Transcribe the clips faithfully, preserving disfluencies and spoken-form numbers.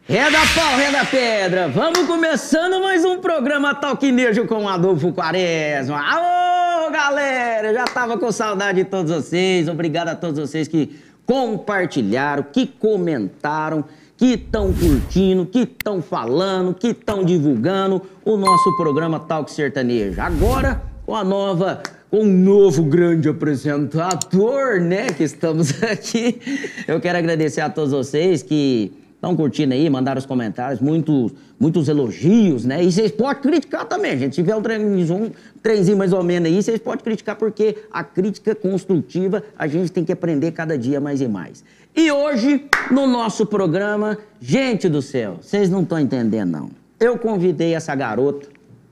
Reda pau, reda pedra, vamos começando mais um programa Talquinejo com Adolfo Quaresma. Alô, galera, já tava com saudade de todos vocês, obrigado a todos vocês que compartilharam, que comentaram, que estão curtindo, que estão falando, que estão divulgando o nosso programa Talk Sertanejo. Agora, com a nova, com um novo grande apresentador, né, que estamos aqui. Eu quero agradecer a todos vocês que estão curtindo aí, mandaram os comentários, muitos, muitos elogios, né? E vocês podem criticar também, gente. Se tiver um trenzinho, um trenzinho mais ou menos aí, vocês podem criticar, porque a crítica construtiva a gente tem que aprender cada dia mais e mais. E hoje, no nosso programa, gente do céu, vocês não estão entendendo, não. Eu convidei essa garota,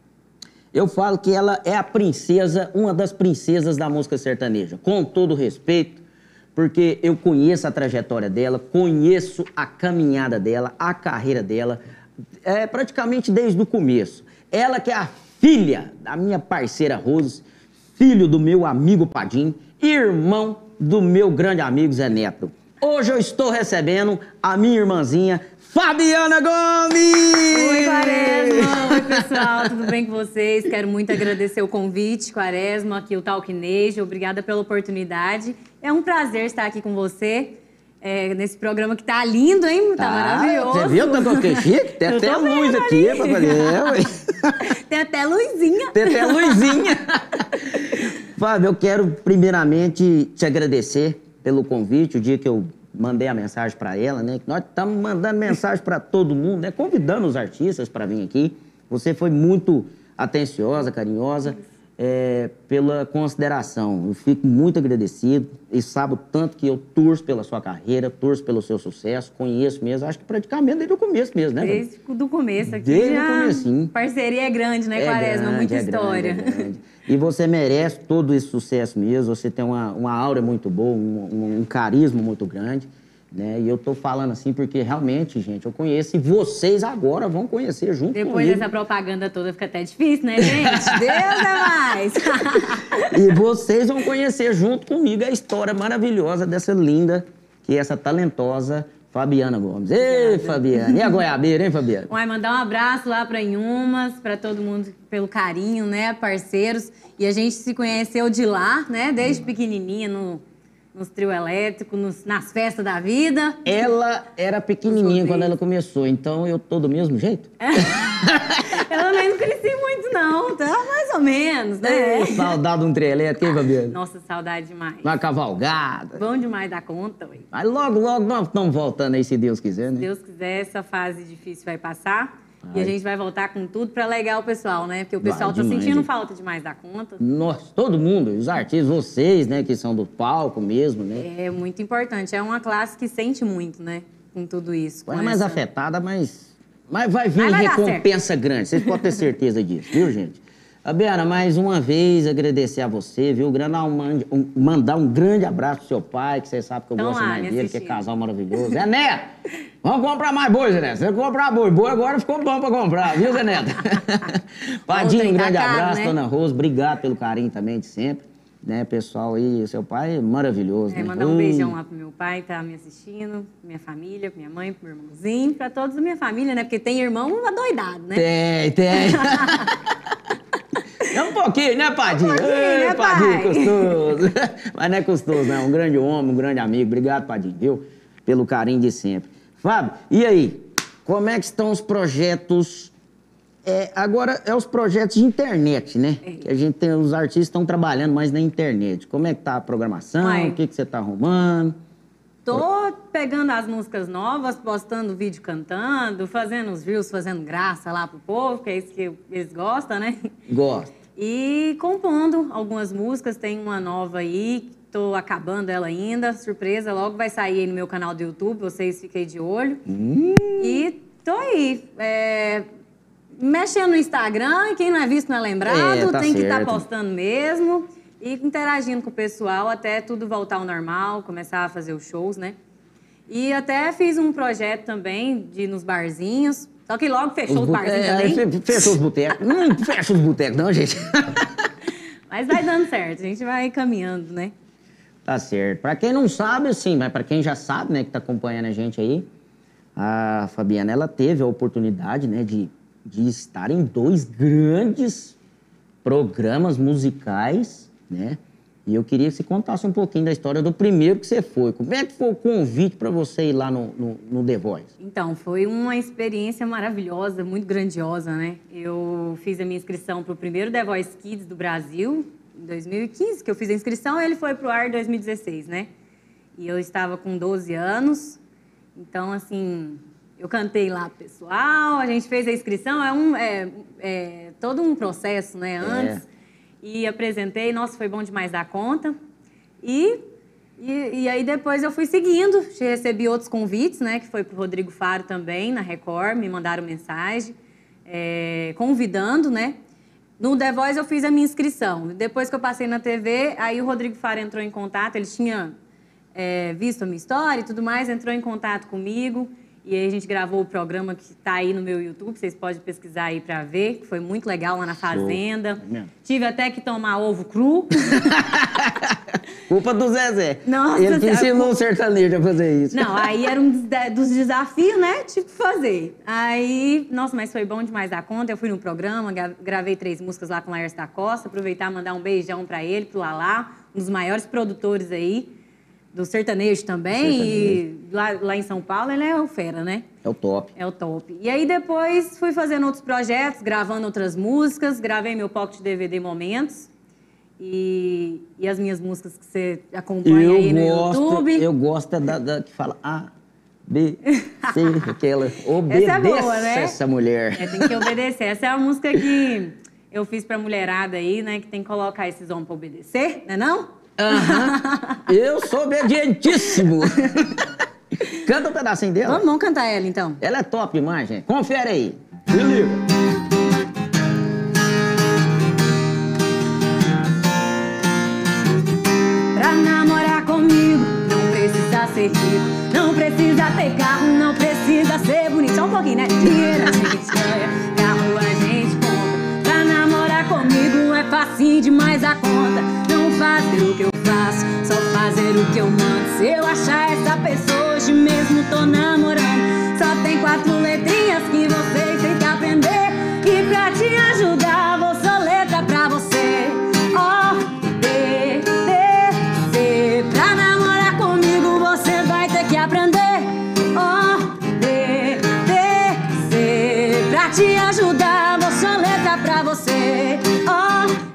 eu falo que ela é a princesa, uma das princesas da música sertaneja, com todo respeito, porque eu conheço a trajetória dela, conheço a caminhada dela, a carreira dela, é, praticamente desde o começo. Ela que é a filha da minha parceira Rose, filho do meu amigo Padim, irmão do meu grande amigo Zé Neto. Hoje eu estou recebendo a minha irmãzinha, Fabiana Gomes! Oi, Quaresma! Oi, pessoal, tudo bem com vocês? Quero muito agradecer o convite, Quaresma, aqui o Talquinejo. Obrigada pela oportunidade. É um prazer estar aqui com você, é, nesse programa que tá lindo, hein? Tá, tá maravilhoso. Você viu tanto que chique? Tem até luz aqui pra fazer. Tem até luzinha. Tem até luzinha. Fábio, eu quero primeiramente te agradecer pelo convite, o dia que eu mandei a mensagem para ela, né? Nós estamos mandando mensagem para todo mundo, né? Convidando os artistas para vir aqui. Você foi muito atenciosa, carinhosa, é, pela consideração. Eu fico muito agradecido e sabe o tanto que eu torço pela sua carreira, torço pelo seu sucesso, conheço mesmo, acho que praticamente desde o começo mesmo, né? Desde o começo aqui. Desde já... o comecinho. Parceria é grande, né, Quaresma? É Muita é história. Grande, é grande. E você merece todo esse sucesso mesmo, você tem uma, uma aura muito boa, um, um, um carisma muito grande, né? E eu tô falando assim porque realmente, gente, eu conheço e vocês agora vão conhecer junto Depois comigo. dessa propaganda toda fica até difícil, né, gente? Deus é mais! E vocês vão conhecer junto comigo a história maravilhosa dessa linda, que é essa talentosa Fabiana Gomes. Ei, Fabiana! E a goiabeira, hein, Fabiana? Vai mandar um abraço lá para Inhumas, para todo mundo pelo carinho, né, parceiros. E a gente se conheceu de lá, né, desde pequenininha, no, nos trio elétricos, nos, nas festas da vida. Ela era pequenininha quando ela começou, então eu tô do mesmo jeito? Eu também não cresci muito, não. Tá mais ou menos, né? É, saudade de um trio elétrico, hein, Fabiana? Nossa, saudade demais. Uma cavalgada. Bom demais da conta, ué. Mas logo, logo nós estamos voltando aí, se Deus quiser, né? Se Deus quiser, essa fase difícil vai passar. Ai. E a gente vai voltar com tudo pra alegar o pessoal, né? Porque o pessoal Vai tá demais, sentindo hein? falta demais da conta. Nós, todo mundo, os artistas, vocês, né, que são do palco mesmo, né? É muito importante. É uma classe que sente muito, né? Com tudo isso. É com mais essa- afetada, mas, mas vai vir Mas vai dar recompensa grande. Vocês podem ter certeza disso, viu, gente? Fabiana, mais uma vez agradecer a você, viu? Mandar um, um- mandar um grande abraço pro seu pai, que você sabe que eu Tão gosto lá, mais me dele, que é assistindo. casal maravilhoso. Zé Neto, vamos comprar mais boi, Zé Neto. Você comprar boi. Boi agora ficou bom pra comprar, viu, Zé Neto? Padinho, um trem tá grande caro, abraço, né? dona Rose. Obrigado pelo carinho também de sempre. Né, pessoal aí, seu pai é maravilhoso, É, né? mandar um Ui. beijão lá pro meu pai que tá me assistindo, minha família, pra minha mãe, pro meu irmãozinho, pra todos da minha família, né? Porque tem irmão adoidado, né? Tem, tem. É um pouquinho, né, Padinho? Um pouquinho, Ei, né, Padinho, pai? custoso. Mas não é custoso, não. Um grande homem, um grande amigo. Obrigado, Padinho, viu? Pelo carinho de sempre. Fábio, e aí? Como é que estão os projetos? É, agora, é os projetos de internet, né? É. Que a gente tem, os artistas estão trabalhando mais na internet. Como é que tá a programação? Uai. O que, que você tá arrumando? Tô pegando as músicas novas, postando vídeo cantando, fazendo os reels, fazendo graça lá pro povo, que é isso que eles gostam, né? Gosto. E compondo algumas músicas, tem uma nova aí, tô acabando ela ainda, surpresa, logo vai sair aí no meu canal do YouTube, vocês fiquem de olho. Hum. E tô aí, é, mexendo no Instagram, quem não é visto não é lembrado, É, tá tem que estar certo. postando mesmo. E interagindo com o pessoal até tudo voltar ao normal, começar a fazer os shows, né? E até fiz um projeto também de ir nos barzinhos. Só que logo fechou os, bu- barzinhos é, também. fe- Fechou os botecos. Não fecha os botecos, não, gente. Mas vai dando certo, a gente vai caminhando, né? Tá certo. Pra quem não sabe, sim, mas pra quem já sabe, né, que tá acompanhando a gente aí, a Fabiana, ela teve a oportunidade, né, de, de estar em dois grandes programas musicais, né? E eu queria que você contasse um pouquinho da história do primeiro que você foi. Como é que foi o convite para você ir lá no, no, no The Voice? Então, foi uma experiência maravilhosa, muito grandiosa, né? Eu fiz a minha inscrição para o primeiro The Voice Kids do Brasil, em dois mil e quinze, que eu fiz a inscrição, e ele foi para o ar em dois mil e dezesseis, né? E eu estava com doze anos, então, assim, eu cantei lá pro pessoal, a gente fez a inscrição, é, um, é, é todo um processo, né, antes. É. E apresentei, nossa, foi bom demais da conta. E, e, e aí depois eu fui seguindo, recebi outros convites, né, que foi pro Rodrigo Faro também, na Record, me mandaram mensagem, é, convidando, né. No The Voice eu fiz a minha inscrição. Depois que eu passei na T V, aí o Rodrigo Faro entrou em contato, ele tinha é, visto a minha história e tudo mais, entrou em contato comigo. E aí a gente gravou o programa que está aí no meu YouTube, vocês podem pesquisar aí para ver, que foi muito legal lá na Fazenda. É Tive até que tomar ovo cru. Culpa do Zezé. Nossa, ele que ensinou o sertanejo a fazer isso. Não, aí era um dos desafios, né? Tive que fazer. Aí, nossa, mas foi bom demais da conta. Eu fui no programa, gravei três músicas lá com o Laércio da Costa. Aproveitar e mandar um beijão para ele, pro Lalá, um dos maiores produtores aí. Do sertanejo também, sertanejo. E lá, lá em São Paulo ele é o fera, né? É o top. É o top. E aí depois fui fazendo outros projetos, gravando outras músicas, gravei meu pocket D V D Momentos e, e as minhas músicas que você acompanha eu aí no gosto, YouTube. Eu gosto da, da que fala A, B, C, aquela. Obedeça essa é boa, né? essa mulher. É, tem que obedecer. Essa é a música que eu fiz pra mulherada aí, né? Que tem que colocar esses homens pra obedecer, não é não? Uhum. Eu sou obedientíssimo. Canta um pedacinho dela. Vamos, vamos cantar ela, então. Ela é top demais, gente. Confere aí. Se liga. Pra namorar comigo, não precisa ser rico, não precisa ter carro, não precisa ser bonito. Só um pouquinho, né? Dinheiro a gente ganha, carro a gente compra. Pra namorar comigo é facinho demais a conta. Fazer o que eu faço, só fazer o que eu mando. Se eu achar essa pessoa, hoje mesmo tô namorando. Só tem quatro letrinhas que vocês têm que aprender. E pra te ajudar, vou soletrar pra você. O, B, D, C. Pra namorar comigo, você vai ter que aprender. O, B, D, C. Pra te ajudar, vou soletrar pra você. O,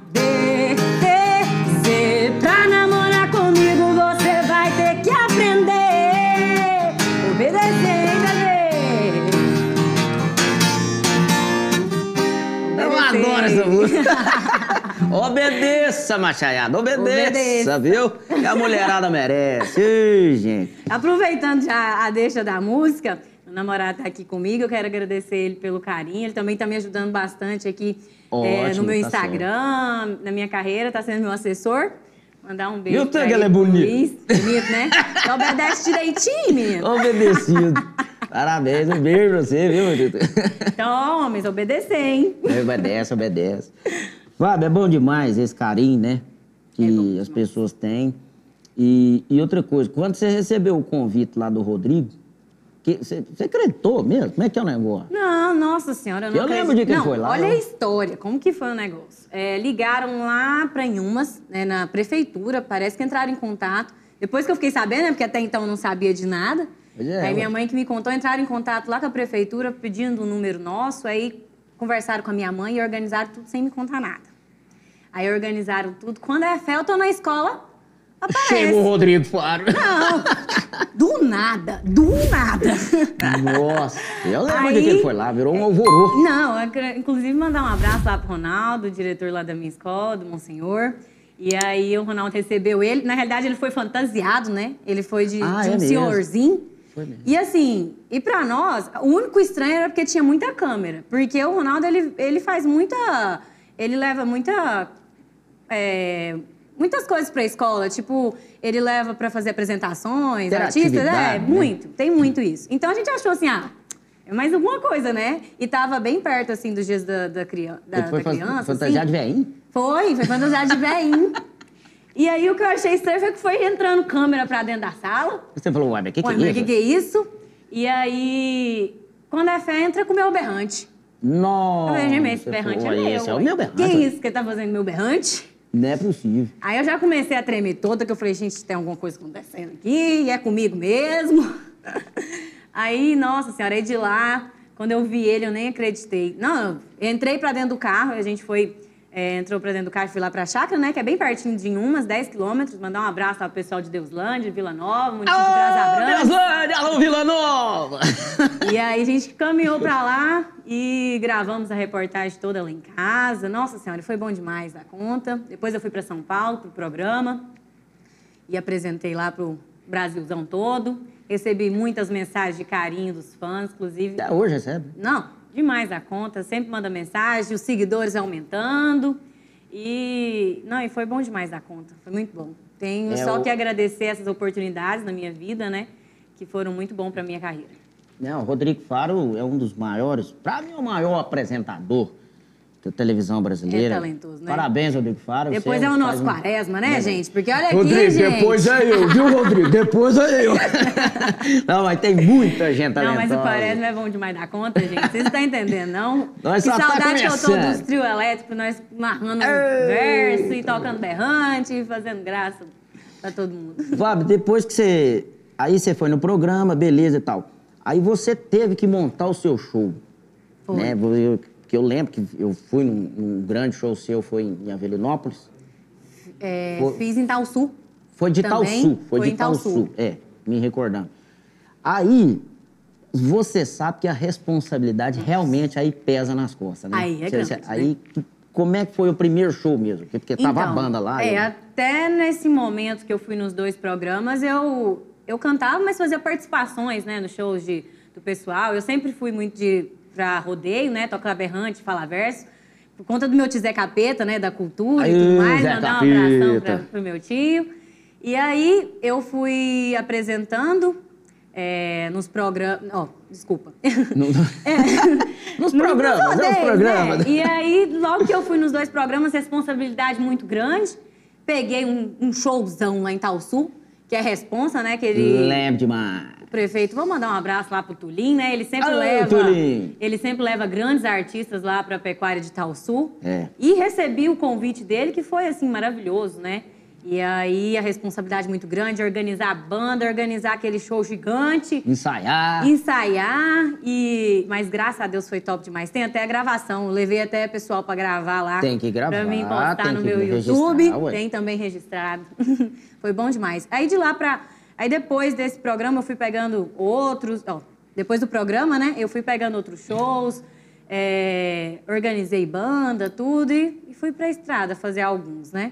Obedeça, machaiada, obedeça, obedeça, viu? Que a mulherada merece. Ih, gente. Aproveitando já a deixa da música, o namorado tá aqui comigo, eu quero agradecer ele pelo carinho. Ele também tá me ajudando bastante aqui Ótimo, é, no meu tá Instagram, certo. Na minha carreira, tá sendo meu assessor. Mandar um beijo. E o tanto que ela é bonita. Bonito, né? Obedece direitinho, menino. Obedecido. Parabéns, um beijo pra você, viu, meu Deus? Então, homens, obedecer, hein? Obedece, obedece. Fábio, é bom demais esse carinho, né? Que é as pessoas têm. E, e outra coisa, quando você recebeu o convite lá do Rodrigo, que, você, você acreditou mesmo? Como é que é o negócio? Não, nossa senhora, eu não Eu lembro de quem não, foi lá. Olha eu... a história, como que foi o negócio. É, ligaram lá pra Inhumas, né, na prefeitura, parece que entraram em contato. Depois que eu fiquei sabendo, né, porque até então eu não sabia de nada. É, aí minha mãe que me contou, entraram em contato lá com a prefeitura pedindo o número nosso, aí conversaram com a minha mãe e organizaram tudo sem me contar nada. Aí organizaram tudo. Quando é fé, eu tô na escola, aparece. Chegou o Rodrigo Faro. Não, do nada, do nada. Nossa, eu lembro aí, de que ele foi lá, virou um alvoroço. Não, eu quero, inclusive mandar um abraço lá pro Ronaldo, o diretor lá da minha escola, do Monsenhor. E aí o Ronaldo recebeu ele. Na realidade, ele foi fantasiado, né? Ele foi de, ah, de um é senhorzinho. Foi mesmo. E assim, e pra nós, o único estranho era porque tinha muita câmera. Porque o Ronaldo, ele, ele faz muita... Ele leva muita... É, muitas coisas pra escola. Tipo, ele leva pra fazer apresentações, artistas. É, né? Muito. Tem muito isso. Então a gente achou assim, ah... É mais alguma coisa, né? E tava bem perto, assim, dos dias da, da, criança, da, Ele foi da criança. fantasiado assim. de veinho? Foi, foi fantasiado de veinho. E aí, o que eu achei estranho foi que foi entrando câmera pra dentro da sala. Você falou, ué, mas o que, que Ué, é isso? O que, que é isso? E aí, quando é fé, entra com o meu berrante. Nossa! Eu falei, esse berrante é meu. Esse é o meu berrante. Que isso que tá fazendo meu berrante? Não é possível. Aí eu já comecei a tremer toda, que eu falei, gente, tem alguma coisa acontecendo aqui, é comigo mesmo. Aí, nossa senhora, aí de lá, quando eu vi ele, eu nem acreditei. Não, eu entrei pra dentro do carro, a gente foi, é, entrou pra dentro do carro e fui lá pra chácara, né, que é bem pertinho de Inhumas, dez quilômetros, mandar um abraço ao pessoal de Deuslândia, Vila Nova, município de Brasa Branca. Deuslândia, alô, Vila Nova! E aí a gente caminhou pra lá e gravamos a reportagem toda lá em casa. Nossa senhora, foi bom demais da conta. Depois eu fui para São Paulo, pro programa, e apresentei lá pro Brasilzão todo. Recebi muitas mensagens de carinho dos fãs, inclusive. Até hoje recebe? Não, demais da conta. Sempre manda mensagem, os seguidores aumentando. E, não, e foi bom demais da conta. Foi muito bom. Tenho É, só o- que agradecer essas oportunidades na minha vida, né? Que foram muito bom para minha carreira. Não, o Rodrigo Faro é um dos maiores, pra mim, é o maior apresentador da televisão brasileira. É talentoso, né? Parabéns, Rodrigo Faro. Depois você é o faz nosso um- Quaresma, né, Não, gente? Porque olha aqui, Rodrigo, gente. depois é eu, viu, Rodrigo? Depois é eu. Não, mas tem muita gente Não, talentosa. mas o Quaresma é bom demais da conta, gente. Vocês não estão entendendo, não? Nós que só tá saudade que eu tô começando. dos trio elétricos, nós narrando um Eita. verso e tocando berrante e fazendo graça pra todo mundo. Fábio, depois que você... Aí você foi no programa, beleza e tal. Aí você teve que montar o seu show. Foi. Né? Eu, que eu lembro que eu fui num, num grande show seu, foi em Avelinopolis. É, Foi- fiz em Itaúsu. Foi de Também Itaúsu. Foi, foi de em Itaúsu. Itaúsu. É, me recordando. Aí, você sabe que a responsabilidade realmente aí pesa nas costas, né? Aí é Você- grande, você- né? Aí, como é que foi o primeiro show mesmo? Porque, porque tava a Então, banda lá. É, eu- até nesse momento que eu fui nos dois programas, eu, eu cantava, mas fazia participações, né, nos shows de, do pessoal. Eu sempre fui muito de pra rodeio, né, tocar berrante, falar verso. Por conta do meu tio Zé Capeta, né, da cultura Aí, e tudo mais, Zé mandar um abração Capeta. pra, pro meu tio. E aí eu fui apresentando é, nos programas... Ó, desculpa. No- É. Nos Nos programas, nos rodeios, programas. né? E aí, logo que eu fui nos dois programas, responsabilidade muito grande. Peguei um, um showzão lá em Itaúsu, que é responsa, né? Que ele... Lembro demais. O prefeito, vou mandar um abraço lá pro Tulim, né? Ele sempre Alô, leva... Tulim. Ele sempre leva grandes artistas lá pra pecuária de Itaúsu. É. E recebi o convite dele, que foi, assim, maravilhoso, né? E aí, a responsabilidade muito grande, organizar a banda, organizar aquele show gigante. Ensaiar. Ensaiar, e... mas graças a Deus foi top demais. Tem até a gravação, eu levei até pessoal pra gravar lá. Tem que gravar, Pra mim postar tem no que meu registrar, YouTube. ué. Tem também registrado. Foi bom demais. Aí de lá pra... Aí depois desse programa eu fui pegando outros... Ó, depois do programa, né, eu fui pegando outros shows, é, organizei banda, tudo, e, e fui pra estrada fazer alguns, né?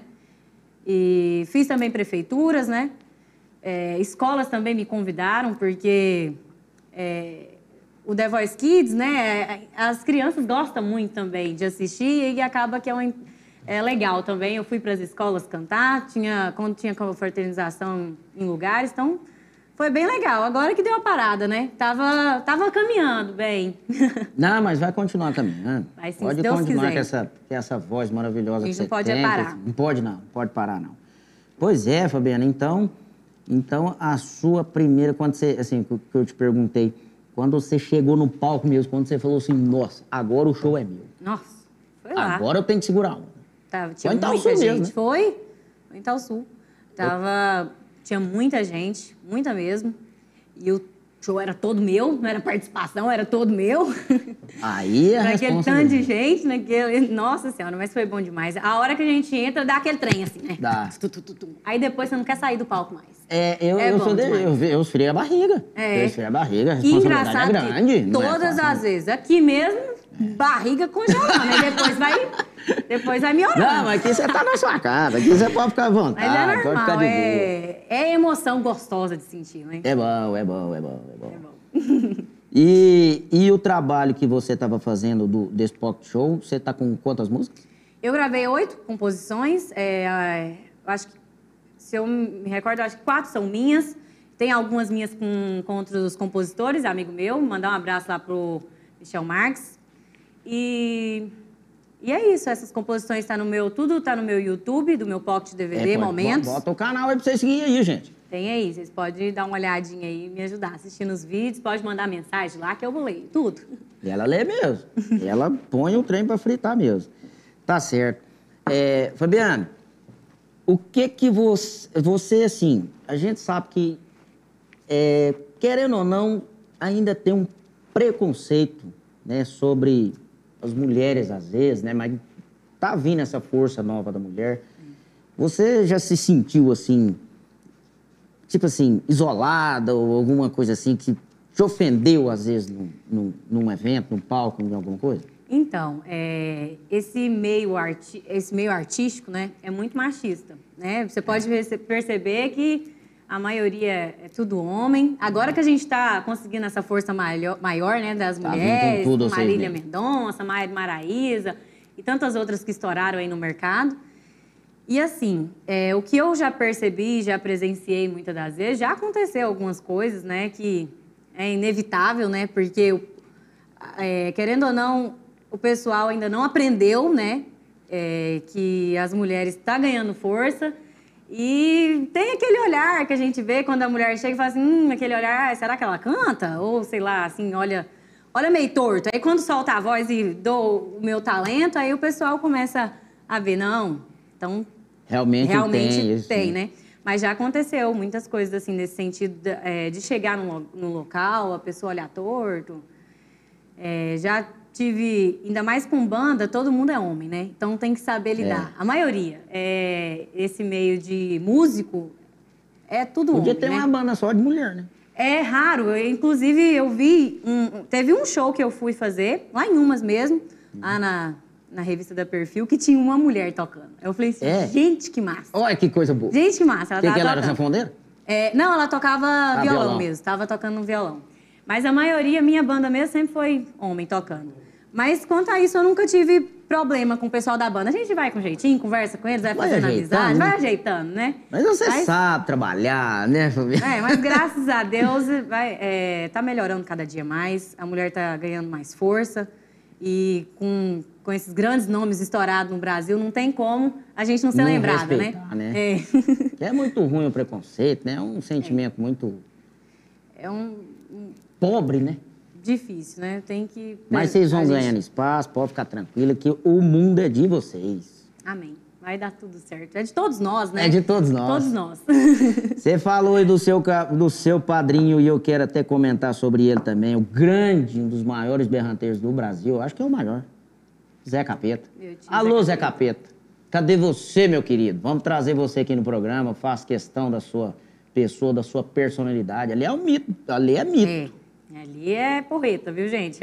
E fiz também prefeituras, né? É, escolas também me convidaram, porque é, o The Voice Kids, né? As crianças gostam muito também de assistir e acaba que é, um, é legal também. Eu fui para as escolas cantar, tinha, quando tinha confraternização em lugares, então foi bem legal. Agora que deu a parada, né? Tava, tava caminhando bem. Não, mas vai continuar caminhando. Vai sim, pode se Deus continuar quiser. com essa, com essa voz maravilhosa A que gente você não pode é tem. parar. Não pode não, não pode parar não. Pois é, Fabiana, então, então a sua primeira, quando você, assim, que que eu te perguntei, quando você chegou no palco mesmo, quando você falou assim, nossa, agora o show é meu. Nossa, foi lá. Agora eu tenho que segurar a onda. Tava, tinha Foi em muita Itaúsu gente. mesmo, né? Foi? Foi em Itaúsu. Tava... Tinha muita gente, muita mesmo. E o show era todo meu, não era participação, era todo meu. Aí a Pra aquele tanto responsabilidade. de gente, naquele... Nossa Senhora, mas foi bom demais. A hora que a gente entra, dá aquele trem assim, né? Dá. Tu, tu, tu, tu. Aí depois você não quer sair do palco mais. É, eu, É eu bom sou de, demais. eu, eu esfriei a barriga. É. Eu esfriei a barriga, a Que responsabilidade engraçado é grande. que não é todas fácil, as não. vezes, aqui mesmo, barriga congelando. Aí depois vai, depois vai melhorando. Não, mas aqui você tá na sua casa, aqui você pode ficar à vontade, Mas é pode ficar normal, de boa. é, é emoção gostosa de sentir, né? É bom, é bom, é bom, é bom. É bom. E, e o trabalho que você estava fazendo do, desse pop show, você tá com quantas músicas? Eu gravei oito composições. É, eu acho que, se eu me recordo, eu acho que quatro são minhas. Tem algumas minhas com, com outros compositores, amigo meu. Mandar um abraço lá pro Michel Marques. E, e é isso, essas composições tá no meu, tudo tá no meu YouTube, do meu Pocket D V D, É, pode- Momentos. Bota o canal aí pra vocês seguirem aí, gente. Tem aí, vocês podem dar uma olhadinha aí e me ajudar assistindo os vídeos, pode mandar mensagem lá que eu vou ler tudo. E ela lê mesmo. Ela põe o trem pra fritar mesmo. Tá certo. É, Fabiano, o que que você... Você, assim, a gente sabe que, é, querendo ou não, ainda tem um preconceito, né, sobre as mulheres, às vezes, né? Mas tá vindo essa força nova da mulher. Você já se sentiu, assim, tipo assim, isolada ou alguma coisa assim que te ofendeu, às vezes, num, num, num evento, num palco, em alguma coisa? Então, é, esse, meio arti esse meio artístico, né, é muito machista, né? Você pode perceber que a maioria é tudo homem. Agora que a gente está conseguindo essa força maior, maior né, das tá mulheres, tudo, Marília Mendonça, Maíra Maraíza e tantas outras que estouraram aí no mercado. E assim, é, o que eu já percebi, já presenciei muitas das vezes, já aconteceu algumas coisas, né, que é inevitável, né, porque, é, querendo ou não, o pessoal ainda não aprendeu, né, é, que as mulheres estão ganhando força e tem aquele olhar que a gente vê quando a mulher chega e fala assim, hum, aquele olhar, será que ela canta? Ou, sei lá, assim, olha, olha meio torto. Aí quando solta a voz e dou o meu talento, aí o pessoal começa a ver, não, então... Realmente, Realmente tem, isso, tem, né? Mas já aconteceu muitas coisas assim nesse sentido de, é, de chegar no, no local, a pessoa olhar torto. É, já tive, ainda mais com banda, todo mundo é homem, né? Então tem que saber lidar. É. A maioria, é, esse meio de músico, é tudo Podia homem, ter né? uma banda só de mulher, né? É raro. Eu, inclusive, eu vi... Um, teve um show que eu fui fazer, lá em Umas mesmo, hum. lá na... na revista da Perfil, que tinha uma mulher tocando. Eu falei assim, é. gente, que massa. Olha que coisa boa. Gente, que massa. Ela que tava que ela tocando. era sanfoneira? É, não, ela tocava ah, violão, violão mesmo. Tava tocando no violão. Mas a maioria, minha banda mesmo, sempre foi homem tocando. Mas quanto a isso, eu nunca tive problema com o pessoal da banda. A gente vai com jeitinho, conversa com eles, vai, vai fazendo amizade, né? vai ajeitando, né? Mas você mas... sabe trabalhar, né, Fabiana? É, mas graças a Deus, vai, é, tá melhorando cada dia mais. A mulher tá ganhando mais força. E com... com esses grandes nomes estourados no Brasil, não tem como a gente não ser não lembrada, né? né? É. é muito ruim o preconceito, né? É um sentimento é. muito... É um, um... pobre, né? Difícil, né? Tem que... Mas vocês vão gente... ganhando espaço, pode ficar tranquila que o mundo é de vocês. Amém. Vai dar tudo certo. É de todos nós, né? É de todos nós. Todos nós. Você falou aí do seu, do seu padrinho e eu quero até comentar sobre ele também. O grande, um dos maiores berranteiros do Brasil. Acho que é o maior. Zé Capeta. Alô, Zé Capeta. Cadê você, meu querido? Vamos trazer você aqui no programa. Faço questão da sua pessoa, da sua personalidade. Ali é um mito. Ali é mito. É. Ali é porreta, viu, gente?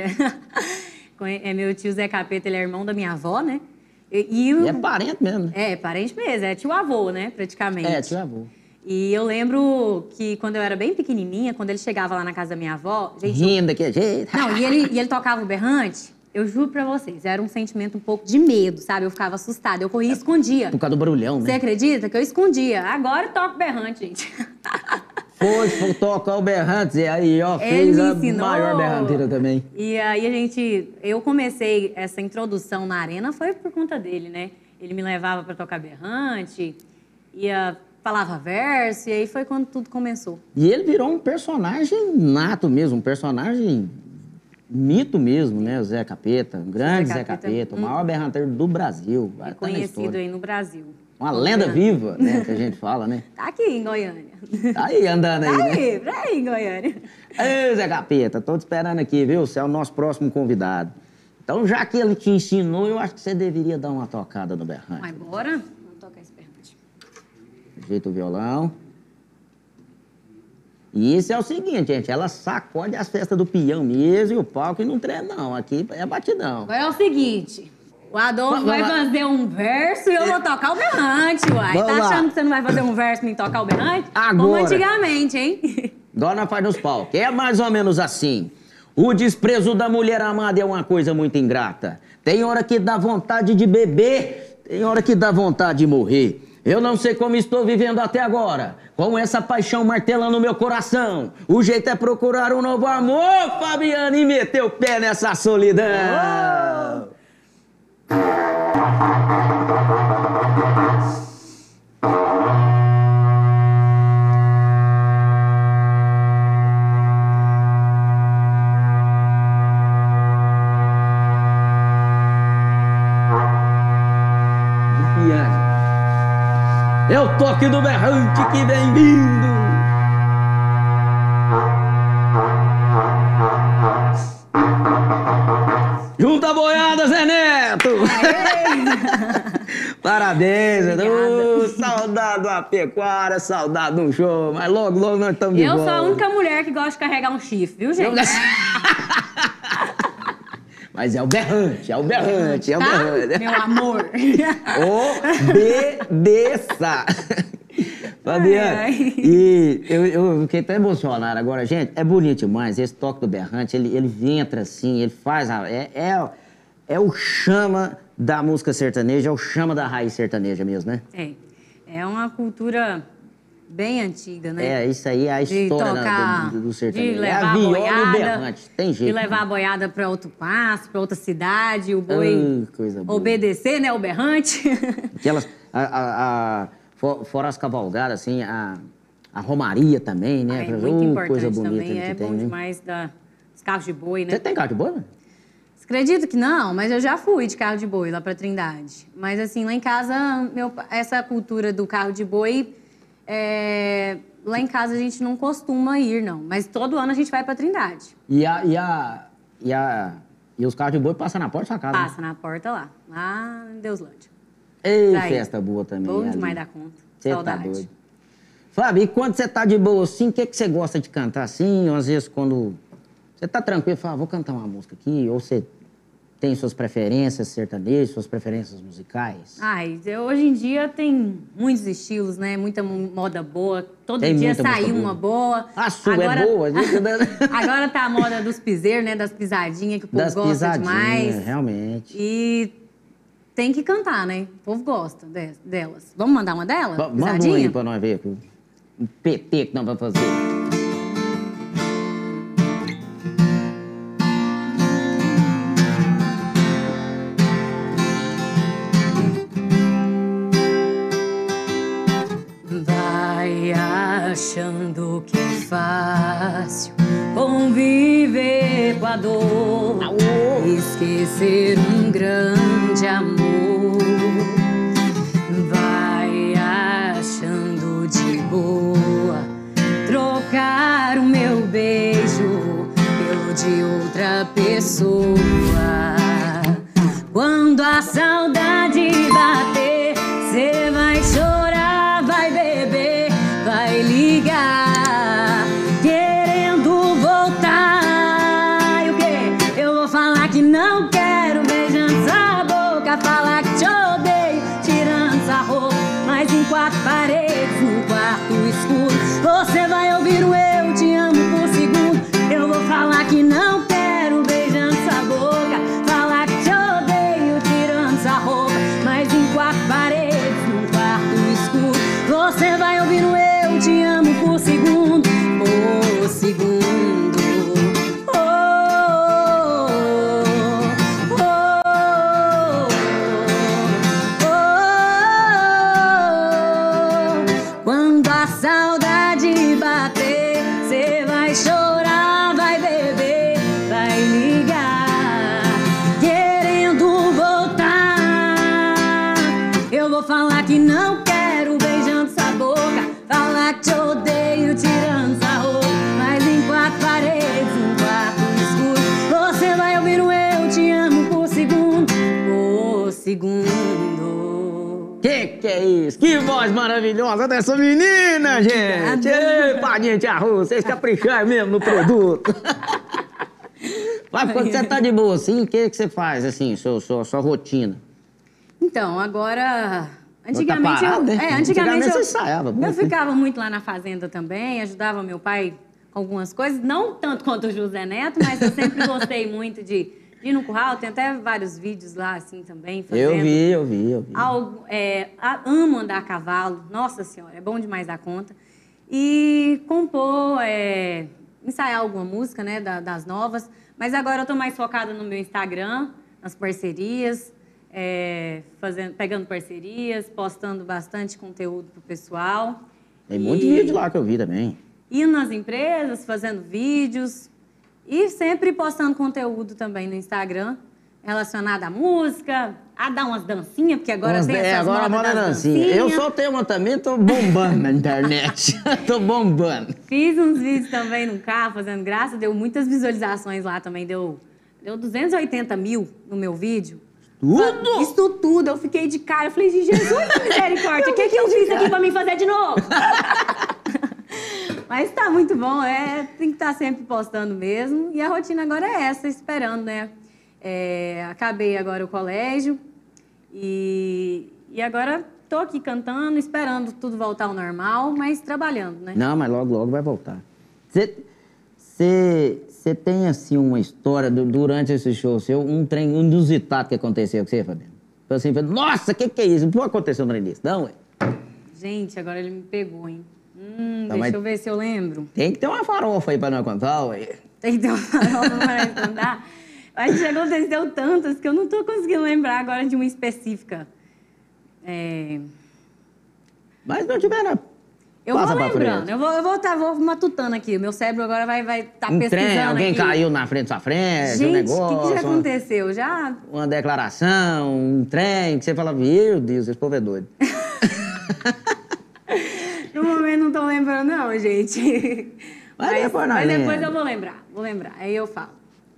É meu tio Zé Capeta, ele é irmão da minha avó, né? E, e, o... e é parente mesmo, né? É, parente mesmo. É tio-avô, né? Praticamente. É, tio-avô. E eu lembro que quando eu era bem pequenininha, quando ele chegava lá na casa da minha avó... Gente, rindo daquele jeito. Não, e ele, e ele tocava o berrante... Eu juro pra vocês, era um sentimento um pouco de medo, sabe? Eu ficava assustada, eu corria e escondia. Por causa do barulhão, né? Você acredita que eu escondia? Agora eu toco berrante, gente. Foi, foi tocar o berrante, e aí, ó, fez a maior berranteira também. E aí a gente... Eu comecei essa introdução na arena, foi por conta dele, né? Ele me levava pra tocar berrante, ia... falava verso, e aí foi quando tudo começou. E ele virou um personagem nato mesmo, um personagem... mito mesmo, né? O Zé Capeta, um grande Zé Capeta, Zé Capeta, o maior berranteiro do Brasil. É conhecido aí no Brasil. Uma lenda viva, né? Que a gente fala, né? Tá aqui em Goiânia. Tá aí, andando aí, tá né? aí, pra aí em Goiânia. Ei, Zé Capeta, tô te esperando aqui, viu? Você é o nosso próximo convidado. Então, já que ele te ensinou, eu acho que você deveria dar uma tocada no berrante. Mas bora? Vamos tocar esse berrante. Ajeita o violão. E isso é o seguinte, gente, ela sacode as festas do peão mesmo e o palco e não treina, não. Aqui é batidão. Agora é o seguinte, o Adolfo vai fazer um verso e eu vou tocar o berrante, uai. Vamos tá lá. achando que você não vai fazer um verso e me tocar o berrante? Agora. Como antigamente, hein? Dona faz nos palcos. É mais ou menos assim. O desprezo da mulher amada é uma coisa muito ingrata. Tem hora que dá vontade de beber, tem hora que dá vontade de morrer. Eu não sei como estou vivendo até agora, com essa paixão martelando no meu coração. O jeito é procurar um novo amor, Fabiano, e meter o pé nessa solidão. Oh! É o toque do berrante que vem vindo. Junta a boiada, Zé Neto! Parabéns, Edu! Saudade da pecuária, saudade do show, mas logo, logo nós estamos de Eu volta. sou a única mulher que gosta de carregar um chifre, viu, gente? Mas é o berrante, é o berrante, é o Tá? berrante. Meu amor. Obedeça! Fabiana, Ai, ai. e eu, eu fiquei até emocionado agora. Gente, é bonito demais. Esse toque do berrante, ele, ele entra assim, ele faz... A, é, é, é o chama da música sertaneja, é o chama da raiz sertaneja mesmo, né? É. É uma cultura bem antiga, né? É, isso aí é a De história tocar, do, do, do sertanejo. de levar é a a viola e o boiada, berrante, tem jeito. de levar a boiada para outro passo, para outra cidade, o boi Ai, coisa boa. obedecer, né, o berrante. Aquelas, a, a, a, for- fora as cavalgadas, assim, a, a romaria também, né? Ah, é Oh, muito importante coisa bonita também, que é tem, bom né? demais da, os carros de boi, né? Você tem carro de boi, né? Você acredita que não? Mas eu já fui de carro de boi lá pra Trindade. Mas assim, lá em casa, meu, pa- essa cultura do carro de boi, é, lá em casa a gente não costuma ir, não. Mas todo ano a gente vai pra Trindade. E, a, e, a, e, a, e os carros de boi passam na porta da sua casa. né? Passa na porta lá, lá em Deuslândia. Ei, Daí. festa boa também. Bom ali. demais da conta. Cê tá Saudade. doido. Fábio, e quando você tá de boa assim, o que, que você gosta de cantar assim? Ou às vezes quando você tá tranquilo, fala, ah, vou cantar uma música aqui. Ou você tem suas preferências sertanejas, suas preferências musicais? Ai, eu- hoje em dia tem muitos estilos, né? Muita mo- moda boa. Todo Tem dia muita música saiu boa. uma boa. A sua é boa, gente. Agora tá a moda dos piseiros, né? Das pisadinhas, que o povo Das gosta pisadinhas, demais. realmente. E tem que cantar, né? O povo gosta de- delas. Vamos mandar uma delas? Va- Manda um Pisadinha? aí pra nós ver. aqui. Um P T que nós vamos fazer. Vai achando que é fácil conviver com a dor, esquecer um grande amor. Vai achando de boa trocar o meu beijo pelo de outra pessoa. Quando a saudade bater, cê vai chorar, vai beber, vai ligar, querendo voltar. E o quê? Eu vou falar que não quero, beijando sua boca, falar que te odeio, tirando sua roupa, mas em quatro paredes, num quarto escuro, você vai ouvir o eu te amo por segundo. Eu vou falar que não quero, beijando sua boca, falar que te odeio, tirando sua roupa, mas em quatro paredes, num quarto escuro, você vai ouvir o eu te amo por segundo, por segundo. Oh, oh, oh, oh. Quando a saudade bater, cê vai chorar, vai beber, vai ligar, querendo voltar. Eu vou falar que não quero, beijando sua boca, falar que te odeio, tirando sua roupa, mas em quatro paredes, um quarto escuro, você vai ouvir o eu te amo por segundo, por segundo. Que que é isso? Que voz maravilhosa dessa menina, gente! Ei, Padinha de arroz, vocês capricharam mesmo no produto. Mas quando você tá de boa assim, o que, que você faz, assim, sua, sua, sua rotina? Então, agora... Antigamente, Tá parado, eu, né? é, antigamente Antigamente eu, você ensaiava, eu muito, né? ficava muito lá na fazenda também, ajudava meu pai com algumas coisas, não tanto quanto o José Neto, mas eu sempre gostei muito de, de ir no curral, tem até vários vídeos lá assim também, fazendo. Eu vi, eu vi, eu vi. Algo, é, a- amo andar a cavalo, nossa senhora, é bom demais da conta. E compor, é, ensaiar alguma música, né, da- das novas, mas agora eu tô mais focada no meu Instagram, nas parcerias, é, fazendo, pegando parcerias, postando bastante conteúdo pro pessoal. Tem muito E vídeo lá que eu vi também. indo nas empresas, fazendo vídeos e sempre postando conteúdo também no Instagram, relacionada à música, a dar umas dancinhas, porque agora Umas- tem é, essas agora a modas moda é das dancinha. dancinhas. Eu soltei uma também, tô bombando na internet. Tô bombando. Fiz uns vídeos também no carro, fazendo graça, deu muitas visualizações lá também, deu, deu duzentos e oitenta mil no meu vídeo. Tudo? Isso tudo, eu fiquei de cara, eu falei, Jesus da misericórdia, o que, que eu fiz aqui pra mim fazer de novo? Mas tá muito bom, é, tem que estar sempre postando mesmo. E a rotina agora é essa, esperando, né? É, acabei agora o colégio e, e agora tô aqui cantando, esperando tudo voltar ao normal, mas trabalhando, né? Não, mas logo, logo vai voltar. Você tem, assim, uma história do- durante esse show seu, um trem inusitado que aconteceu com você, Fabiano? Então, assim, nossa, o que, que é isso? Não aconteceu um trem desse, não, ué? Gente, agora ele me pegou, hein? Hum, Tá, deixa mas- eu ver se eu lembro. Tem que ter uma farofa aí pra nós contar, ué. Tem que ter uma farofa para contar. Acho que já aconteceu tantas que eu não tô conseguindo lembrar agora de uma específica. É... Mas não tiver, né? Eu Passa vou pra lembrando, frente. eu vou, eu vou, tá, vou matutando aqui. O meu cérebro agora vai estar tá Um pesquisando trem, alguém aqui. caiu na frente da sua frente, um Gente, o negócio, que, que já uma- aconteceu? Já uma declaração, um trem, que você fala, meu Deus, esse povo é doido. no momento não tô lembrando, não, gente. Mas depois nós mas depois lembra. eu vou lembrar, vou lembrar. Aí eu falo.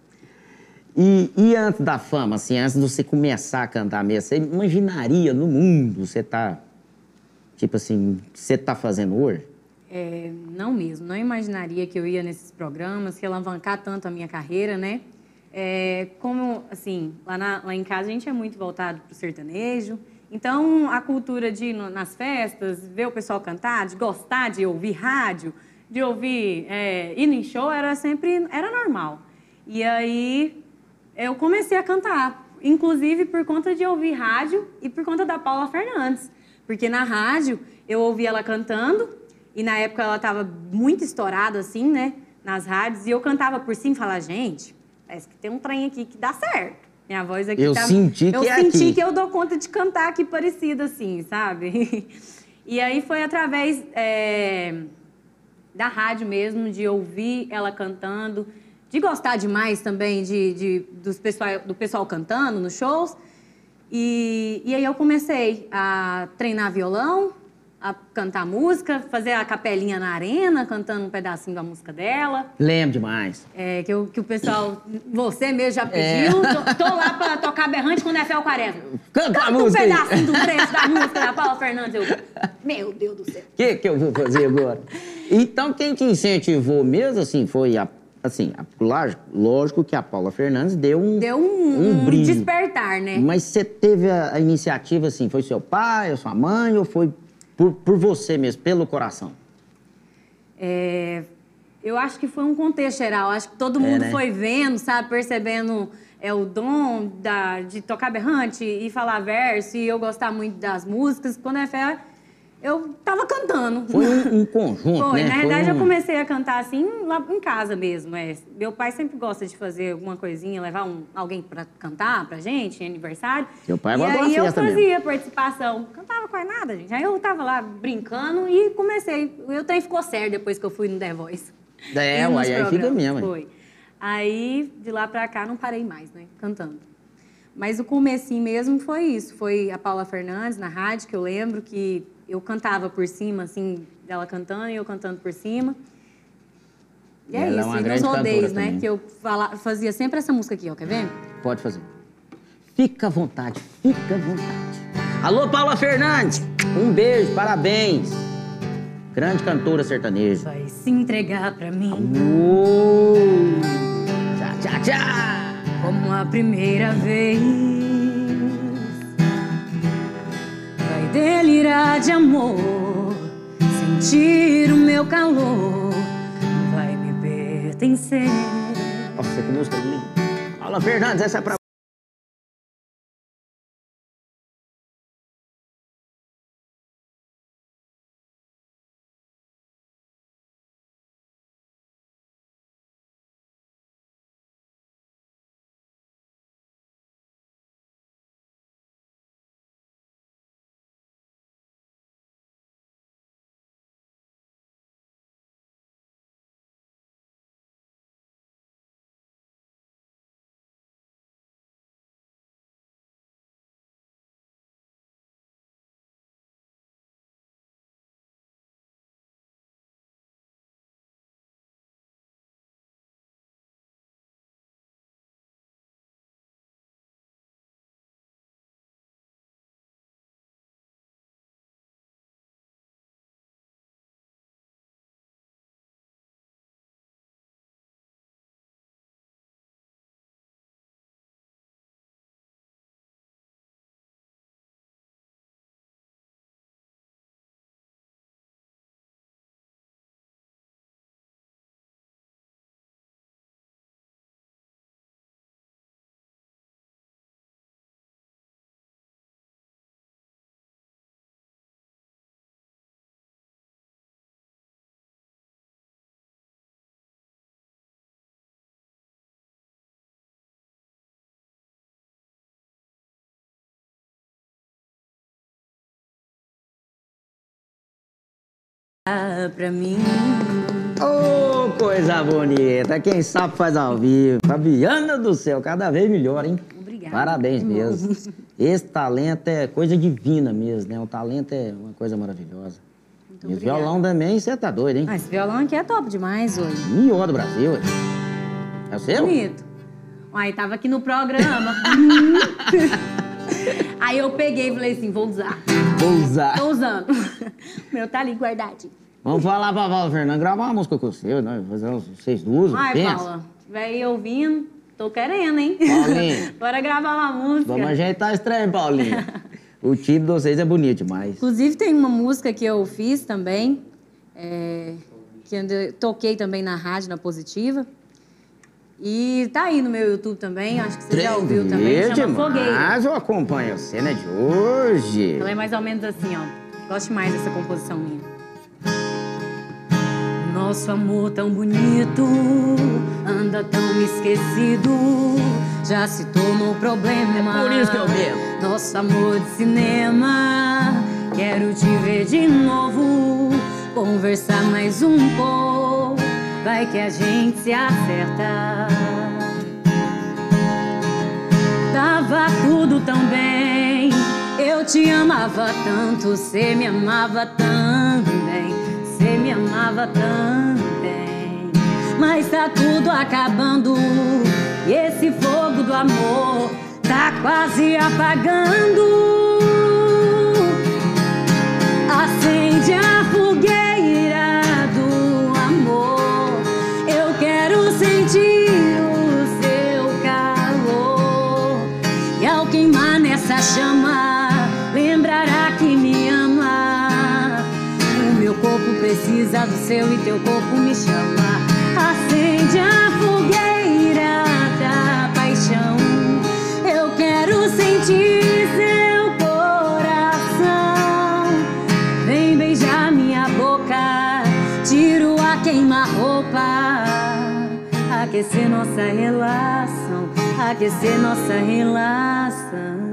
E, e antes da fama, assim, antes de você começar a cantar mesmo, você imaginaria no mundo você tá, tipo assim, você tá fazendo hoje? É, não mesmo, não imaginaria que eu ia nesses programas, que ia alavancar tanto a minha carreira, né? É, como, assim, lá, na- lá em casa a gente é muito voltado pro sertanejo, então a cultura de ir no- nas festas, ver o pessoal cantar, de gostar de ouvir rádio, de ouvir, é, ir em show, era sempre, era normal. E aí eu comecei a cantar, inclusive por conta de ouvir rádio e por conta da Paula Fernandes, porque na rádio eu ouvia ela cantando, e na época ela estava muito estourada, assim, né? Nas rádios. E eu cantava por cima e falava, gente, parece que tem um trem aqui que dá certo. Minha voz aqui Eu tá... senti que eu é senti aqui. que eu dou conta de cantar aqui parecido, assim, sabe? E aí foi através é, da rádio mesmo, de ouvir ela cantando, de gostar demais também de, de, dos pessoal, do pessoal cantando nos shows. E, e aí eu comecei a treinar violão, a cantar música, fazer a capelinha na arena, cantando um pedacinho da música dela. Lembro demais. É, que, o- que o pessoal, você mesmo já É. pediu. Tô, tô lá pra tocar berrante quando é Fel Quaresma. Canta a um música aí. pedacinho do trecho da música da Paula Fernandes. Eu, meu Deus do céu. O que, que eu vou fazer agora? Então, quem te incentivou mesmo, assim, foi a... Assim, a- lógico, lógico que a Paula Fernandes deu um... Deu um, um brilho. despertar, né? Mas você teve a, a iniciativa, assim, foi seu pai, ou sua mãe, ou foi por, por você mesmo, pelo coração? É, eu acho que foi um contexto geral. Acho que todo É, mundo né? foi vendo, sabe? Percebendo é, o dom da, de tocar berrante e falar verso. E eu gostar muito das músicas. Quando é fé, eu tava cantando. Foi um, um conjunto, Foi, né? na verdade um... eu comecei a cantar assim lá em casa mesmo. É. Meu pai sempre gosta de fazer alguma coisinha, levar um, alguém pra cantar pra gente, em aniversário. Seu pai e guardou uma aí eu festa mesmo. fazia participação. Cantava quase nada, gente. Aí eu tava lá brincando e comecei. Eu também ficou certo depois que eu fui no The Voice. É, E nos uai, aí fica programas, mesmo, hein? Foi. Aí, de lá pra cá, não parei mais, né? Cantando. Mas o comecinho mesmo foi isso. Foi a Paula Fernandes, na rádio, que eu lembro que eu cantava por cima, assim, dela cantando e eu cantando por cima. E é Ela é isso. uma E nos grande rodeios, cantora né? também. Que eu fala, fazia sempre essa música aqui, ó. Quer ver? Pode fazer. Fica à vontade, fica à vontade. Alô, Paula Fernandes, um beijo, parabéns. Grande cantora sertaneja. Vai se entregar pra mim Uou! Tchá, tchá, tchá! como a primeira vez. Vai delirar de amor, sentir o meu calor, vai me pertencer. Nossa, que música linda. Paula Fernandes, essa é pra Pra mim. Ô, oh, coisa bonita. Quem sabe faz ao vivo. Fabiana do céu, cada vez melhor, hein? Obrigada. Parabéns mesmo. Esse talento é coisa divina mesmo, né? O talento é uma coisa maravilhosa. Muito e o violão também, você tá doido, hein? Ah, esse violão aqui é top demais hoje. Melhor do Brasil, ué. É o seu? Bonito. Aí tava aqui no programa. Aí eu peguei e falei assim, vou usar. Vou usar. Tô usando. O meu tá ali guardadinho. Vamos falar pra Paula Fernanda gravar uma música com você, né? Fazer uns vocês duas, Ai, pensa. Paula, vai aí ouvindo, tô querendo, hein? Paulinha. Bora gravar uma música. Vamos ajeitar estranho, Paulinha. O time de vocês é bonito demais. Inclusive tem uma música que eu fiz também, é, que eu toquei também na rádio, na Positiva. E tá aí no meu YouTube também, acho que você já ouviu também, chama Fogueira. Mas eu acompanho a cena de hoje. Ela é mais ou menos assim, ó. Gosto mais dessa composição minha. Nosso amor tão bonito, anda tão esquecido, já se tornou problema. É por isso que eu bebo. Nosso amor de cinema, quero te ver de novo, conversar mais um pouco, vai que a gente se acerta. Tava tudo tão bem, eu te amava tanto, cê me amava também, cê me amava também. Mas tá tudo acabando e esse fogo do amor tá quase apagando. Acende a fogueira do amor, eu quero sentir o seu calor. E ao queimar nessa chama, lembrará que me ama. O meu corpo precisa do seu e teu corpo me chama. Acende a fogueira da paixão, eu quero sentir seu coração. Vem beijar minha boca, tiro a queima-roupa, aquecer nossa relação, aquecer nossa relação.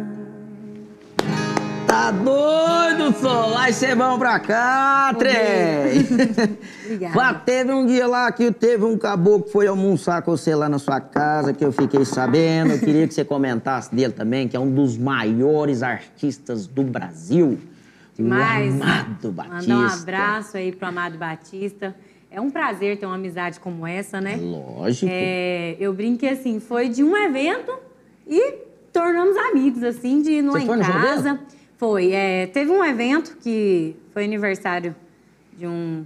Tá doido, Sol? Aí cê vão pra cá, trem! Obrigada. Lá, teve um dia lá que teve um caboclo que foi almoçar com você lá na sua casa, que eu fiquei sabendo. Eu queria que você comentasse dele também, que é um dos maiores artistas do Brasil. Demais. O Amado Batista. Mandar um abraço aí pro Amado Batista. É um prazer ter uma amizade como essa, né? Lógico. É, eu brinquei assim, foi de um evento e tornamos amigos, assim, de ir numa Você em foi no show casa. dele? Foi. É, teve um evento que foi aniversário de um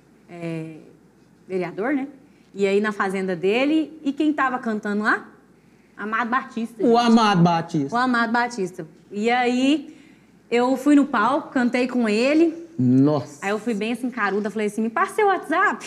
é, vereador, né? E aí na fazenda dele, e quem tava cantando lá? Amado Batista. O Amado Batista. O Amado Batista. E aí eu fui no palco, cantei com ele. Nossa. Aí eu fui bem assim, caruda, falei assim, me passa seu WhatsApp.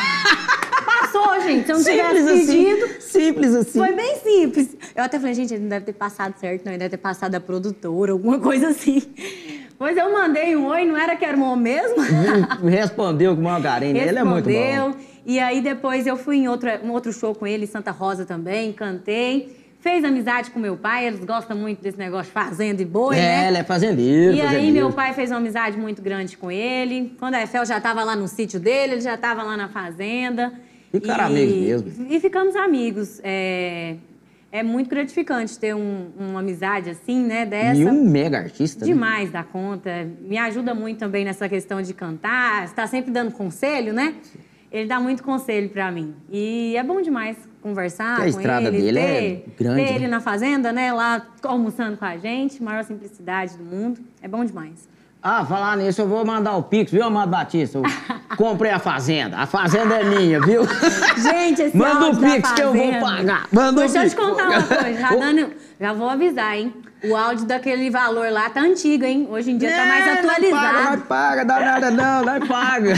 Passou, gente, se eu não Simples tivesse pedido. assim. Simples assim. Foi bem simples. Eu até falei, gente, ele não deve ter passado certo, não. Ele deve ter passado a produtora, alguma coisa assim. Pois eu mandei um oi, não era que era um homem mesmo? Respondeu com o maior carinho. Ele é muito bom. Respondeu. E aí depois eu fui em outro, um outro show com ele, em Santa Rosa também, cantei. Fez amizade com meu pai, eles gostam muito desse negócio de fazenda e boi, é, né? É, ele é fazendeiro, E fazendeiro. aí meu pai fez uma amizade muito grande com ele. Quando a Efel já estava lá no sítio dele, ele já estava lá na fazenda. Ficaram e, amigos mesmo. E ficamos amigos. É, é muito gratificante ter um, uma amizade assim, né, dessa. E um mega artista, Demais da conta. Me ajuda muito também nessa questão de cantar. Está sempre dando conselho, né? Ele dá muito conselho pra mim. E é bom demais conversar a com estrada ele. dele ter, é grande, ter ele né? na fazenda, né? Lá almoçando com a gente. Maior simplicidade do mundo. É bom demais. Ah, falar nisso, eu vou mandar o Pix, viu, Amado Batista? Eu comprei a fazenda. A fazenda é minha, viu? Gente, esse Manda o áudio da Pix que eu vou fazenda. pagar. Manda Deixa o eu Pix. te contar uma coisa. Já, dando, já vou avisar, hein? O áudio daquele valor lá tá antigo, hein? Hoje em dia tá mais É, atualizado. Não paga, dá nada não, não paga.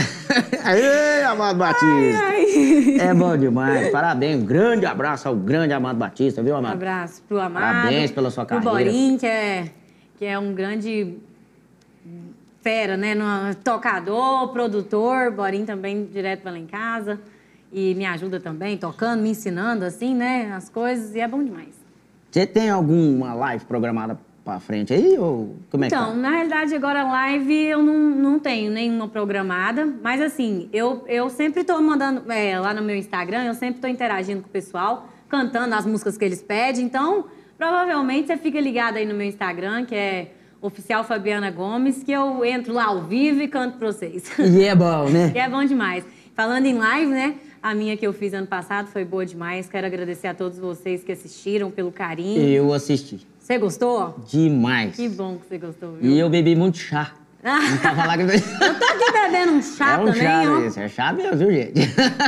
Aí, Amado Batista. Ai. É bom demais. Parabéns. Um grande abraço ao grande Amado Batista, viu, Um Amado? abraço pro Amado. Parabéns pela sua pro carreira. Borim, que é, que é um grande fera, né? No, tocador, produtor. Borim também direto vai lá em casa. E me ajuda também, tocando, me ensinando, assim, né? As coisas. E é bom demais. Você tem alguma live programada pra frente aí? Ou como é então, que tá? na realidade, agora live eu não, não tenho nenhuma programada. Mas assim, eu, eu sempre tô mandando... É, lá no meu Instagram, eu sempre tô interagindo com o pessoal, cantando as músicas que eles pedem. Então, provavelmente, você fica ligado aí no meu Instagram, que é Oficial Fabiana Gomes, que eu entro lá ao vivo e canto pra vocês. E é bom, né? E é bom demais. Falando em live, né? A minha que eu fiz ano passado foi boa demais. Quero agradecer a todos vocês que assistiram, pelo carinho. Eu assisti. Você gostou? Demais. Que bom que você gostou, viu? E eu bebi muito chá. Não tava lá que... Eu tô aqui bebendo um chá é um também, chá, ó. Esse é chá mesmo, viu, gente?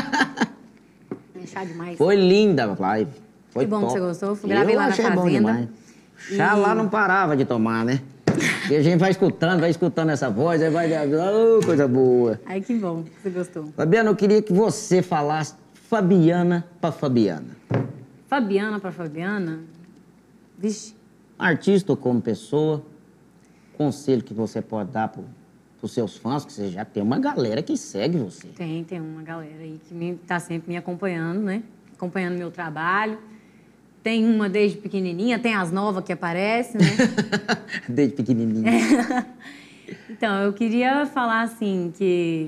É chá demais. Foi linda a live. Foi Que bom top. que você gostou. Eu gravei eu lá na achei fazenda. Bom demais. Chá E- lá não parava de tomar, né? E a gente vai escutando, vai escutando essa voz, aí vai... Oh, coisa boa. Ai, que bom que você gostou. Fabiana, eu queria que você falasse Fabiana pra Fabiana. Fabiana pra Fabiana? Vixe. Artista ou como pessoa, conselho que você pode dar pro, pros seus fãs, que você já tem uma galera que segue você. Tem, tem uma galera aí que me, tá sempre me acompanhando, né? Acompanhando meu trabalho. Tem uma desde pequenininha, tem as novas que aparecem, né? Desde pequenininho. Então, eu queria falar assim que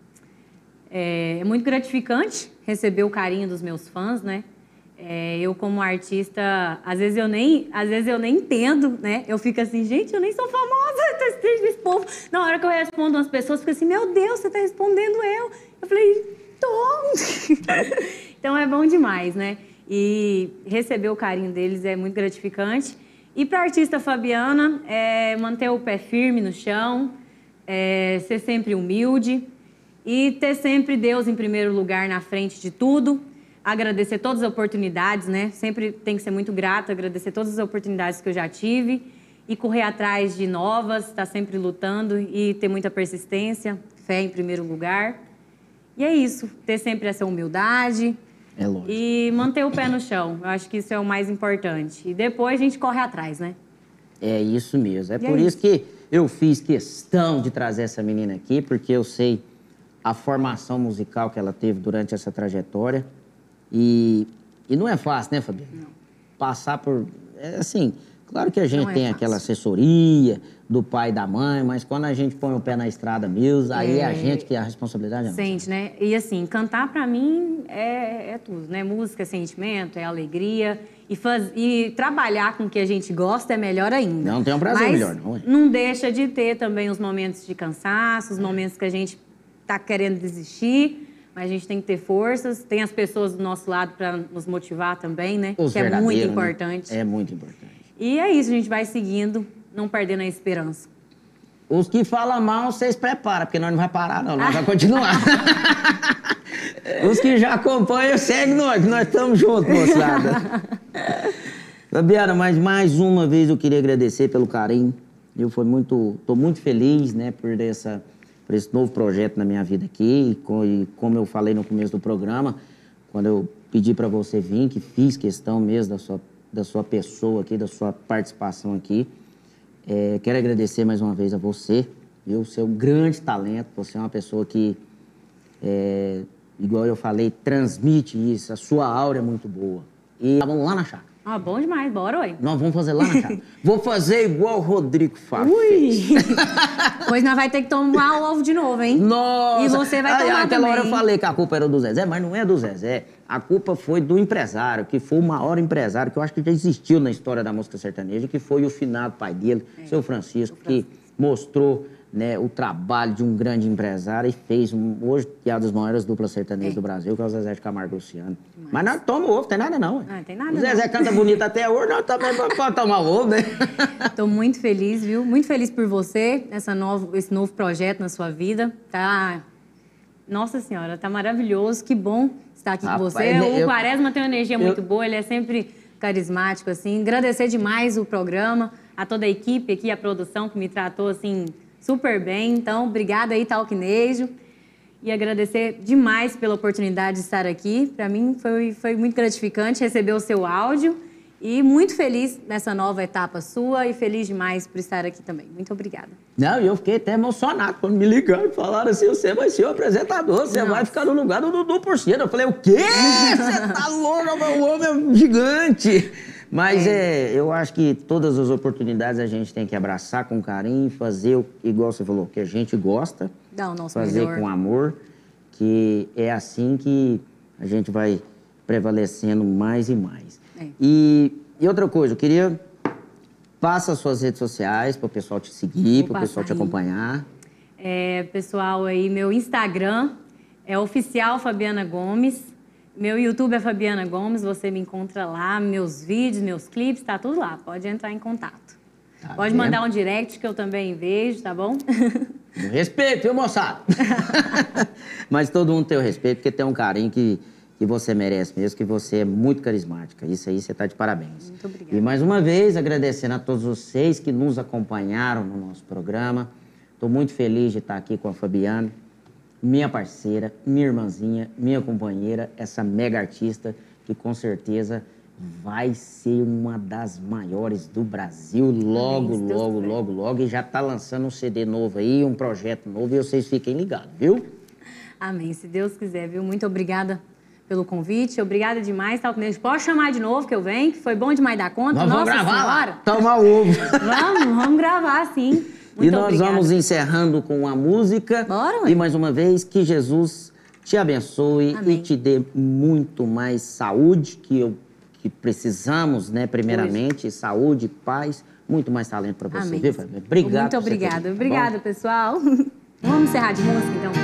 é, é muito gratificante receber o carinho dos meus fãs, né? É, eu como artista, às vezes eu nem, às vezes eu nem entendo, né? Eu fico assim, gente, eu nem sou famosa, tô triste desse povo. Na hora que eu respondo umas pessoas, fica assim, meu Deus, você tá respondendo eu. Eu falei, tô. Então é bom demais, né? E receber o carinho deles é muito gratificante. E para a artista Fabiana, é manter o pé firme no chão, é ser sempre humilde e ter sempre Deus em primeiro lugar na frente de tudo. Agradecer todas as oportunidades, né? Sempre tem que ser muito grata, agradecer todas as oportunidades que eu já tive e correr atrás de novas, estar sempre lutando e ter muita persistência, fé em primeiro lugar. E é isso, ter sempre essa humildade. É lógico. E manter o pé no chão. Eu acho que isso é o mais importante. E depois a gente corre atrás, né? É isso mesmo. É E por é isso que eu fiz questão de trazer essa menina aqui, porque eu sei a formação musical que ela teve durante essa trajetória. E, e não é fácil, né, Fabiana? Não. Passar por... É assim, claro que a gente Não é tem fácil. aquela assessoria do pai e da mãe, mas quando a gente põe o pé na estrada mesmo, aí é a É. gente que a responsabilidade é nossa. Sente, né? E assim, cantar pra mim é, é tudo, né? Música é sentimento, é alegria. E, faz, e trabalhar com o que a gente gosta é melhor ainda. Não tem um prazer Mas melhor, não é? não deixa de ter também os momentos de cansaço, os momentos que a gente tá querendo desistir, mas a gente tem que ter forças. Tem as pessoas do nosso lado para nos motivar também, né? Os que é muito verdadeiros, né? importante. É muito importante. E é isso, a gente vai seguindo, não perdendo a esperança. Os que falam mal, vocês preparam, porque nós não vai parar, não. Nós vamos continuar. Os que já acompanham, segue nós, que nós estamos juntos, moçada. Fabiana, mas mais uma vez eu queria agradecer pelo carinho. Eu fui muito, estou muito feliz, né, por, essa, por esse novo projeto na minha vida aqui. E, com, e como eu falei no começo do programa, quando eu pedi para você vir, que fiz questão mesmo da sua, da sua pessoa aqui, da sua participação aqui. É, quero agradecer mais uma vez a você, viu? Você é um grande talento, você é uma pessoa que, é, igual eu falei, transmite isso, a sua aura é muito boa. E vamos lá na chácara. Ah, bom demais, bora, oi. Nós vamos fazer lá na chácara. Vou fazer igual o Rodrigo Faro Ui! fez. Pois nós vai ter que tomar o ovo de novo, hein? Nossa! E você vai Aí, tomar aquela hora eu também. falei que a culpa era do Zezé, mas não é do Zezé. A culpa foi do empresário, que foi o maior empresário que eu acho que já existiu na história da música sertaneja, que foi o finado pai dele, É, seu Francisco, que mostrou, né, o trabalho de um grande empresário e fez, um, hoje, que é uma das maiores duplas sertanejas É. do Brasil, que é o Zezé de Camargo e Luciano. Mas nós tomamos ovo, tem nada não. ué. Ah, tem nada O Zezé não. canta bonito até hoje, nós também podemos tomar ovo, né? Tô muito feliz, viu? Muito feliz por você, essa novo, esse novo projeto na sua vida. Tá... Nossa Senhora, tá maravilhoso. Que bom estar aqui Rapaz, com você. O eu- Quaresma tem uma energia eu- muito boa, ele é sempre carismático, assim. Agradecer demais o programa, a toda a equipe aqui, a produção, que me tratou, assim, super bem. Então, obrigada aí, Talquinejo. E agradecer demais pela oportunidade de estar aqui. Para mim, foi, foi muito gratificante receber o seu áudio. E muito feliz nessa nova etapa sua e feliz demais por estar aqui também. Muito obrigada. Não, e eu fiquei até emocionado quando me ligaram e falaram assim, você vai ser o apresentador, você Nossa. vai ficar no lugar do Dudu Porcino. Eu falei, o quê? Você tá louco, meu homem é gigante. Mas é. é, eu acho que todas as oportunidades a gente tem que abraçar com carinho, fazer, o, igual você falou, que a gente gosta. Dá o nosso fazer melhor. com amor, que é assim que a gente vai prevalecendo mais e mais. É. E, e outra coisa, eu queria... Passa as suas redes sociais para o pessoal te seguir, para o pessoal te acompanhar. É, pessoal, aí meu Instagram é oficial Fabiana Gomes. Meu YouTube é Fabiana Gomes, você me encontra lá, meus vídeos, meus clipes, tá tudo lá. Pode entrar em contato. Tá Pode vendo? mandar um direct que eu também vejo, tá bom? Respeito, viu, moçada? Mas todo mundo tem o respeito, porque tem um carinho que, que você merece mesmo, que você é muito carismática. Isso aí, você tá de parabéns. Muito obrigada. E mais uma vez, agradecendo a todos vocês que nos acompanharam no nosso programa. Estou muito feliz de estar aqui com a Fabiana, minha parceira, minha irmãzinha, minha companheira, essa mega artista que com certeza vai ser uma das maiores do Brasil logo, Amém, logo, logo, logo, logo. E já está lançando um C D novo aí, um projeto novo, e vocês fiquem ligados, viu? Amém, se Deus quiser, viu? Muito obrigada pelo convite, obrigada demais, Talk Nation. Pode chamar de novo que eu venho, que foi bom demais dar conta. Nós Nossa vamos gravar senhora. lá, tomar ovo. Vamos, vamos gravar, sim. Muito e nós obrigada. vamos encerrando com a música. Bora, ué. E mais uma vez, que Jesus te abençoe. Amém. E te dê muito mais saúde, que, eu, que precisamos, né, primeiramente, Hoje. saúde, paz, muito mais talento para você, Amém. viu, Fabiana? Obrigado. Muito obrigada. Aqui, obrigada, tá pessoal. Vamos encerrar de música, então?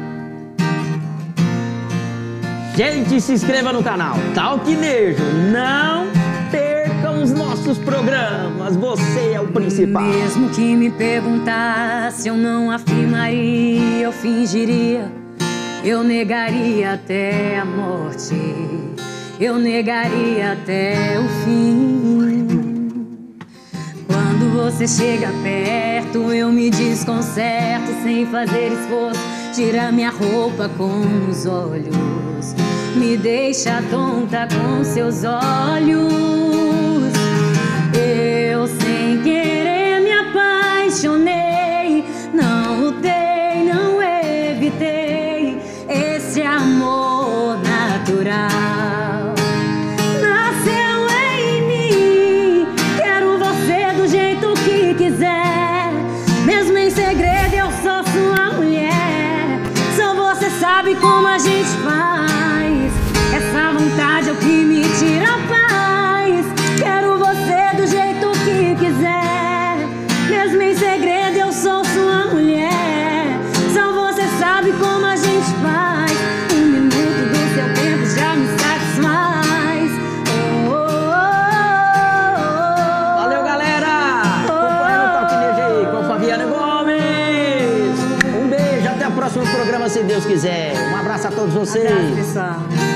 Gente, se inscreva no canal Talk Nejo. Não percam os nossos programas. Você é o principal. Mesmo que me perguntasse, eu não afirmaria, eu fingiria, eu negaria até a morte, eu negaria até o fim. Quando você chega perto, eu me desconcerto sem fazer esforço. Tira minha roupa com os olhos, me deixa tonta com seus olhos. Eu sem querer me apaixonei, não lutei, não evitei esse amor natural. Nasceu em mim, quero você do jeito que quiser, mesmo em segredo eu sou sua mulher. Só você sabe como a gente faz, essa vontade é o que me tira a paz. Quero você do jeito que quiser, mesmo em segredo eu sou sua mulher. Só você sabe como a gente faz, um minuto do seu tempo já me satisfaz. Oh, oh, oh, oh. Valeu, galera! Acompanha o Talk Nejo aí com Fabiana Gomes. Um beijo, até o próximo programa, se Deus quiser. Um abraço a todos vocês. Abraço, pessoal.